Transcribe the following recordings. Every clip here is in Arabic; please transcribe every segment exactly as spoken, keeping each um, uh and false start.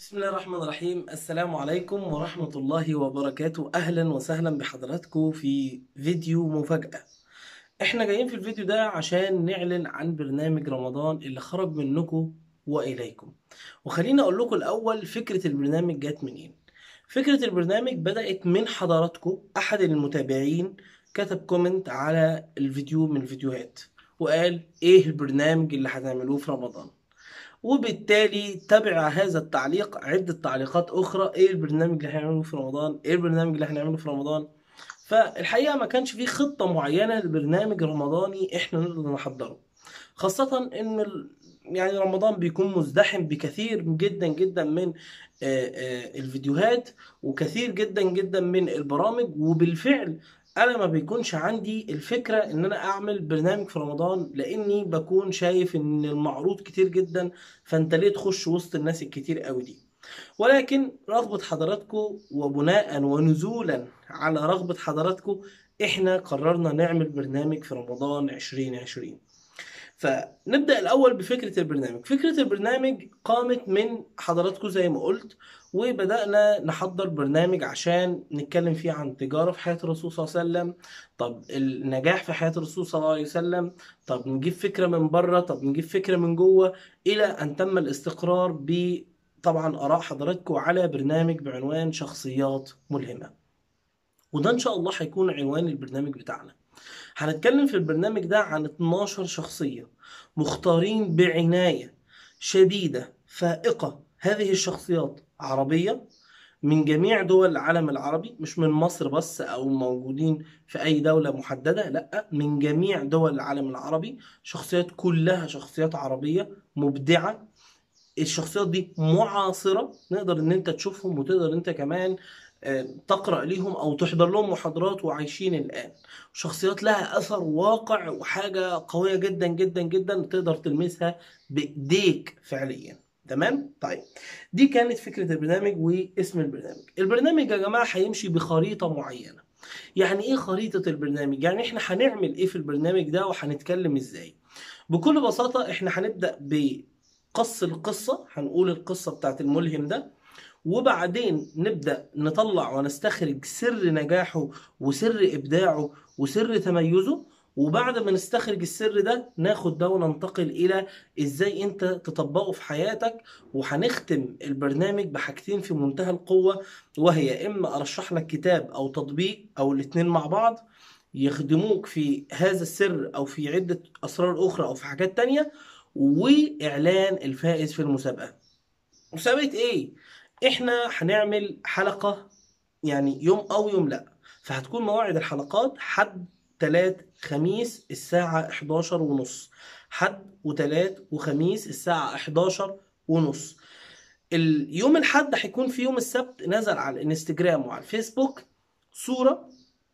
بسم الله الرحمن الرحيم. السلام عليكم ورحمة الله وبركاته. أهلا وسهلا بحضراتكم في فيديو مفاجأة. احنا جايين في الفيديو ده عشان نعلن عن برنامج رمضان اللي خرج منكم وإليكم. وخليني أقول لكم الأول فكرة البرنامج جات منين. فكرة البرنامج بدأت من حضراتكم. أحد المتابعين كتب كومنت على الفيديو من الفيديوهات وقال إيه البرنامج اللي هتعملوه في رمضان، وبالتالي تبع هذا التعليق عدة تعليقات أخرى. إيه البرنامج اللي هنعمله في رمضان؟ إيه البرنامج اللي هنعمله في رمضان؟ فالحقيقة ما كانش فيه خطة معينة لبرنامج رمضاني إحنا نقدر نحضره، خاصة إن ال- يعني رمضان بيكون مزدحم بكثير جدا جدا من آه، آه، الفيديوهات وكثير جدا جدا من البرامج. وبالفعل انا ما بيكونش عندي الفكرة ان انا اعمل برنامج في رمضان، لاني بكون شايف ان المعروض كتير جدا، فانت ليه تخش وسط الناس الكتير قوي دي؟ ولكن رغبة حضراتكم وبناء ونزولا على رغبة حضراتكم احنا قررنا نعمل برنامج في رمضان عشرين عشرين. فنبدأ الأول بفكرة البرنامج. فكرة البرنامج قامت من حضراتكم زي ما قلت، وبدأنا نحضر برنامج عشان نتكلم فيه عن تجارة في حياة الرسول صلى الله عليه وسلم. طب النجاح في حياة الرسول صلى الله عليه وسلم. طب نجيب فكرة من بره، طب نجيب فكرة من جوه، إلى أن تم الاستقرار ب طبعا آراء حضراتكم على برنامج بعنوان شخصيات ملهمة. وده إن شاء الله هيكون عنوان البرنامج بتاعنا. هنتكلم في البرنامج ده عن اتناشر شخصية مختارين بعناية شديدة فائقة. هذه الشخصيات عربية من جميع دول العالم العربي، مش من مصر بس أو موجودين في أي دولة محددة، لأ، من جميع دول العالم العربي. شخصيات كلها شخصيات عربية مبدعة. الشخصيات دي معاصرة، نقدر ان انت تشوفهم وتقدر انت كمان آه، تقرأ ليهم او تحضر لهم محاضرات وعايشين الآن. شخصيات لها أثر واقع وحاجة قوية جدا جدا جدا تقدر تلمسها بإيديك فعليا. تمام؟ طيب، دي كانت فكرة البرنامج واسم البرنامج. البرنامج يا جماعة هيمشي بخريطة معينة. يعني ايه خريطة البرنامج؟ يعني احنا هنعمل ايه في البرنامج ده وهنتكلم ازاي؟ بكل بساطة احنا هنبدأ بقص القصة، هنقول القصة بتاعت الملهم ده، وبعدين نبدأ نطلع ونستخرج سر نجاحه وسر إبداعه وسر تميزه. وبعد ما نستخرج السر ده ناخد ده وننتقل إلى إزاي أنت تطبقه في حياتك. وهنختم البرنامج بحاجتين في منتهى القوة، وهي إما أرشح لك كتاب أو تطبيق أو الاتنين مع بعض يخدموك في هذا السر أو في عدة أسرار أخرى أو في حاجات تانية، وإعلان الفائز في المسابقة. مسابقة ايه؟ احنا هنعمل حلقة، يعني يوم او يوم لا. فهتكون مواعيد الحلقات حد تلات خميس الساعة حداشر ونص. حد وتلات وخميس الساعة حداشر ونص. اليوم الحد هيكون في يوم السبت نزل على الانستجرام وعلى الفيسبوك صورة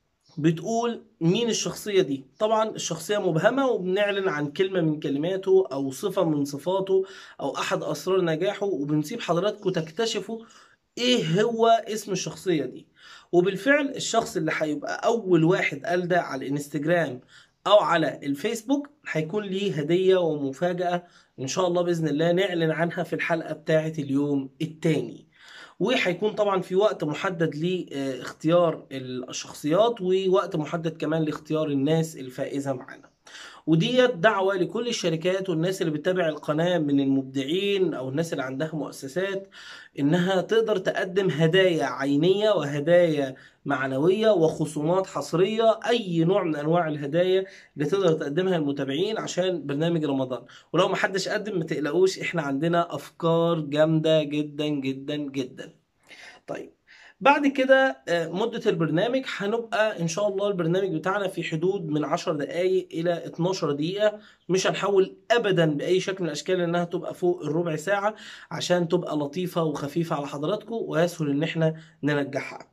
بتقول مين الشخصية دي. طبعا الشخصية مبهمة، وبنعلن عن كلمة من كلماته أو صفة من صفاته أو أحد أسرار نجاحه، وبنسيب حضراتكم تكتشفوا إيه هو اسم الشخصية دي. وبالفعل الشخص اللي هيبقى أول واحد قال ده على الانستجرام أو على الفيسبوك هيكون ليه هدية ومفاجأة إن شاء الله بإذن الله نعلن عنها في الحلقة بتاعة اليوم التاني. وهيكون طبعا في وقت محدد لاختيار الشخصيات، ووقت محدد كمان لاختيار الناس الفائزة معانا. وديت دعوة لكل الشركات والناس اللي بتتابع القناة من المبدعين أو الناس اللي عندها مؤسسات، إنها تقدر تقدم هدايا عينية وهدايا معنوية وخصومات حصرية. أي نوع من أنواع الهدايا اللي تقدر تقدمها للمتابعين عشان برنامج رمضان. ولو ما حدش قدم ما تقلقوش، إحنا عندنا أفكار جامدة جدا جدا جدا. طيب، بعد كده آه، مدة البرنامج هنبقى إن شاء الله البرنامج بتاعنا في حدود من عشر دقايق إلى اتناشر دقيقة. مش هنحاول أبدا بأي شكل من الأشكال إنها تبقى فوق الربع ساعة، عشان تبقى لطيفة وخفيفة على حضراتكم ويسهل إن إحنا ننجحها.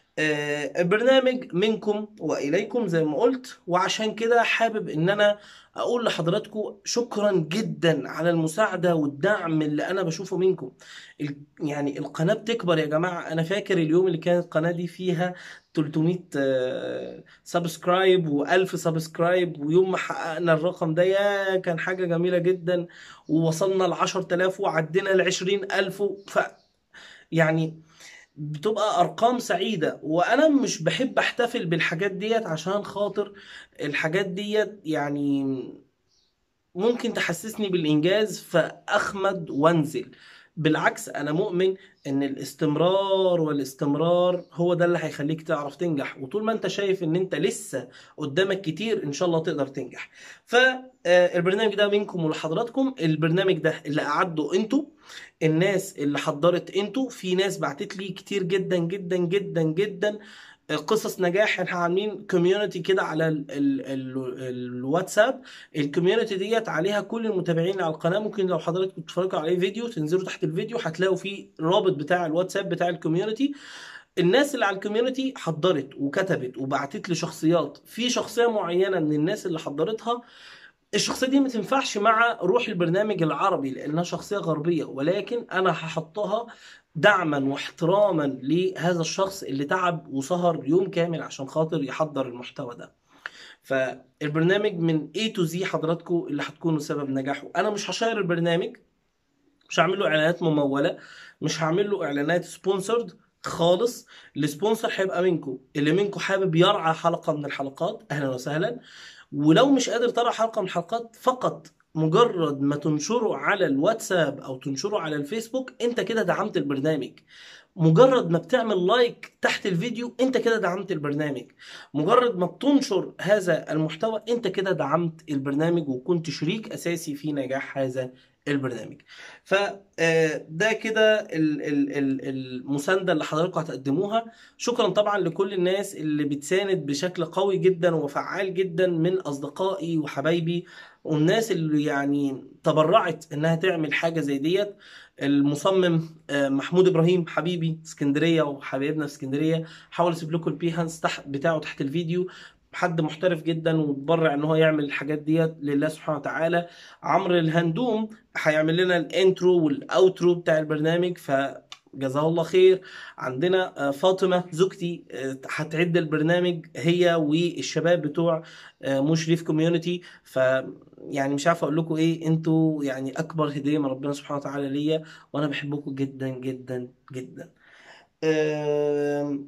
آه، البرنامج منكم وإليكم زي ما قلت، وعشان كده حابب إن أنا أقول لحضراتكم شكرا جدا على المساعدة والدعم اللي أنا بشوفه منكم. ال- يعني القناة بتكبر يا جماعة. أنا فاكر اليوم اللي كانت القناة دي فيها تلتمية آه، سبسكرايب و1000 سبسكرايب، ويوم ما حققنا الرقم ده يا كان حاجة جميلة جدا. ووصلنا ل عشرة آلاف وعدينا ل عشرين ألف. يعني بتبقى ارقام سعيده. وانا مش بحب احتفل بالحاجات ديت عشان خاطر الحاجات ديت يعني ممكن تحسسني بالإنجاز فأخمد وانزل. بالعكس أنا مؤمن إن الاستمرار والاستمرار هو ده اللي هيخليك تعرف تنجح، وطول ما أنت شايف إن أنت لسه قدامك كتير إن شاء الله تقدر تنجح. فالبرنامج ده منكم ولحضراتكم. البرنامج ده اللي أعده أنتوا، الناس اللي حضرت أنتوا، في ناس بعتت لي كتير جدا جدا جدا جدا قصص نجاح. احنا عاملين كوميونتي كده على ال ال ال الواتساب. الكوميونتي ديت عليها كل المتابعين على القناه. ممكن لو حضراتكم تتفرجوا على اي فيديو تنزلوا تحت الفيديو هتلاقوا فيه الرابط بتاع الواتساب بتاع الكوميونتي. الناس اللي على الكوميونتي حضرت وكتبت وبعتت لي شخصيات. في شخصيه معينه من الناس اللي حضرتها، الشخصية دي ما تنفعش مع روح البرنامج العربي لأنها شخصية غربية، ولكن أنا هحطها دعما واحتراما لهذا الشخص اللي تعب وسهر يوم كامل عشان خاطر يحضر المحتوى ده. فالبرنامج من A to Z حضراتكم اللي هتكونوا سبب نجاحه. أنا مش هشير البرنامج، مش هعمل له إعلانات ممولة، مش هعمل له إعلانات سبونسرد خالص. السبونسر هيبقى منكم، اللي منكم حابب يرعى حلقة من الحلقات أهلا وسهلا. ولو مش قادر ترى حلقة من الحلقات، فقط مجرد ما تنشره على الواتساب او تنشره على الفيسبوك انت كده دعمت البرنامج. مجرد ما بتعمل لايك تحت الفيديو انت كده دعمت البرنامج. مجرد ما بتنشر هذا المحتوى انت كده دعمت البرنامج وكنت شريك اساسي في نجاح هذا البرنامج. فده كده ال- ال- ال- المساندة اللي حضراتكم هتقدموها. شكرا طبعا لكل الناس اللي بتساند بشكل قوي جدا وفعال جدا من اصدقائي وحبايبي، والناس اللي يعني تبرعت انها تعمل حاجة زي ديت. المصمم آه، محمود ابراهيم حبيبي اسكندرية وحبايبنا في اسكندرية، حاول اسيب لكم البيهانس تحت بتاعه تحت الفيديو. حد محترف جدا ومتبرع ان هو يعمل الحاجات ديت لله سبحانه وتعالى. عمرو الهندوم هيعمل لنا الانترو والاوترو بتاع البرنامج فجزاه الله خير. عندنا آه، فاطمة زوجتي آه، هتعد البرنامج هي والشباب بتوع آه، مشرف كوميونتي. ف يعني مش عارف اقول لكم ايه، انتوا يعني اكبر هدية من ربنا سبحانه وتعالى ليا، وانا بحبكم جدا جدا جدا. آم،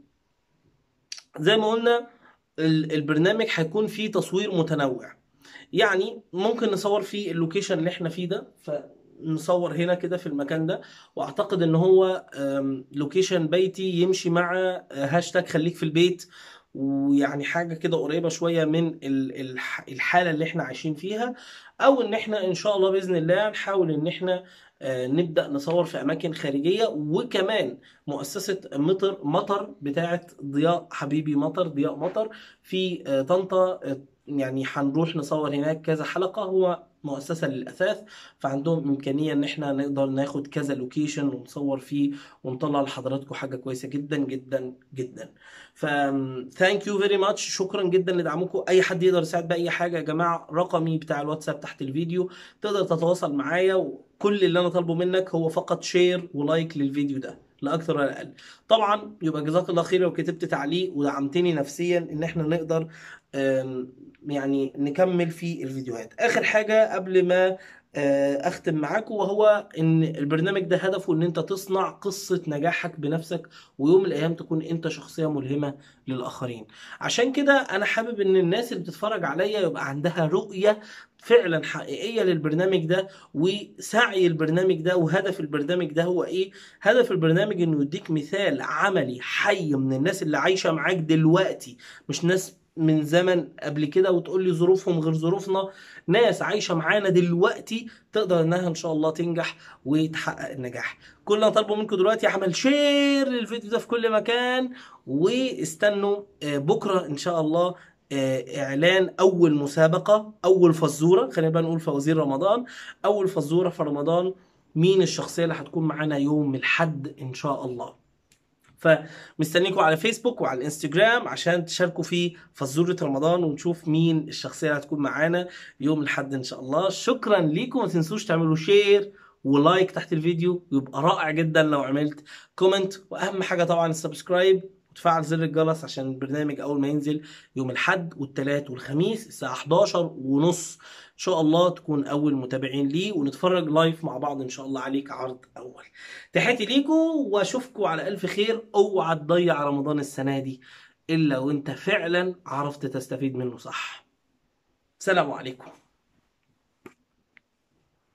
زي ما قلنا ال- البرنامج هيكون فيه تصوير متنوع. يعني ممكن نصور في اللوكيشن اللي احنا فيه ده، فنصور هنا كده في المكان ده. واعتقد ان هو آم، لوكيشن بيتي يمشي مع آه، هاشتاج خليك في البيت، ويعني حاجة كده قريبة شوية من ال- الح- الحالة اللي احنا عايشين فيها. او ان احنا ان شاء الله بإذن الله نحاول ان احنا آه، نبدأ نصور في أماكن خارجية. وكمان مؤسسة مطر مطر بتاعت ضياء حبيبي مطر ضياء مطر في آه، طنطا، آه، يعني هنروح نصور هناك كذا حلقة. هو مؤسسة للأثاث، فعندهم إمكانية إن إحنا نقدر ناخد كذا لوكيشن ونصور فيه ونطلع لحضراتكم حاجة كويسة جدا جدا جدا. ف ثانك يو فيري ماتش، شكرا جدا لدعمكم. أي حد يقدر يساعد بأي حاجة يا جماعة، رقمي بتاع الواتساب تحت الفيديو، تقدر تتواصل معايا. وكل اللي أنا طالبه منك هو فقط شير ولايك للفيديو ده، لا أكتر ولا أقل. طبعا يبقى جزاك الله خير لو كتبت تعليق ودعمتني نفسيا إن إحنا نقدر آم، يعني نكمل في الفيديوهات. اخر حاجة قبل ما آه، اختم معاكم، وهو ان البرنامج ده هدفه ان انت تصنع قصة نجاحك بنفسك، ويوم من الايام تكون انت شخصية ملهمة للاخرين. عشان كده انا حابب ان الناس اللي بتتفرج عليا يبقى عندها رؤية فعلا حقيقية للبرنامج ده، وسعي البرنامج ده وهدف البرنامج ده هو ايه. هدف البرنامج انه يديك مثال عملي حي من الناس اللي عايشة معاك دلوقتي، مش ناس من زمن قبل كده وتقول لي ظروفهم غير ظروفنا. ناس عايشة معانا دلوقتي تقدر انها ان شاء الله تنجح وتحقق النجاح. كل اللي انا طالبه منكم دلوقتي اعمل شير للفيديو ده في كل مكان، واستنوا آه، بكرة ان شاء الله آه، اعلان اول مسابقة، اول فزورة، خلينا بقى نقول فوازير رمضان. اول فزورة في رمضان، مين الشخصية اللي هتكون معانا يوم الحد ان شاء الله. فمستنيكم على فيسبوك وعلى الانستجرام عشان تشاركوا في فزورة رمضان ونشوف مين الشخصية اللي هتكون معانا يوم الأحد إن شاء الله. شكرا ليكم، ما تنسوش تعملوا شير ولايك تحت الفيديو، ويبقى رائع جدا لو عملت كومنت، وأهم حاجة طبعا السبسكرايب وتفعل زر الجرس عشان البرنامج اول ما ينزل يوم الاحد والثلاث والخميس الساعه حداشر ونص ان شاء الله تكون اول متابعين ليه، ونتفرج لايف مع بعض ان شاء الله عليك عرض اول. تحياتي ليكم واشوفكم على الف خير. اوعى تضيع رمضان السنه دي الا وانت فعلا عرفت تستفيد منه صح. سلام عليكم.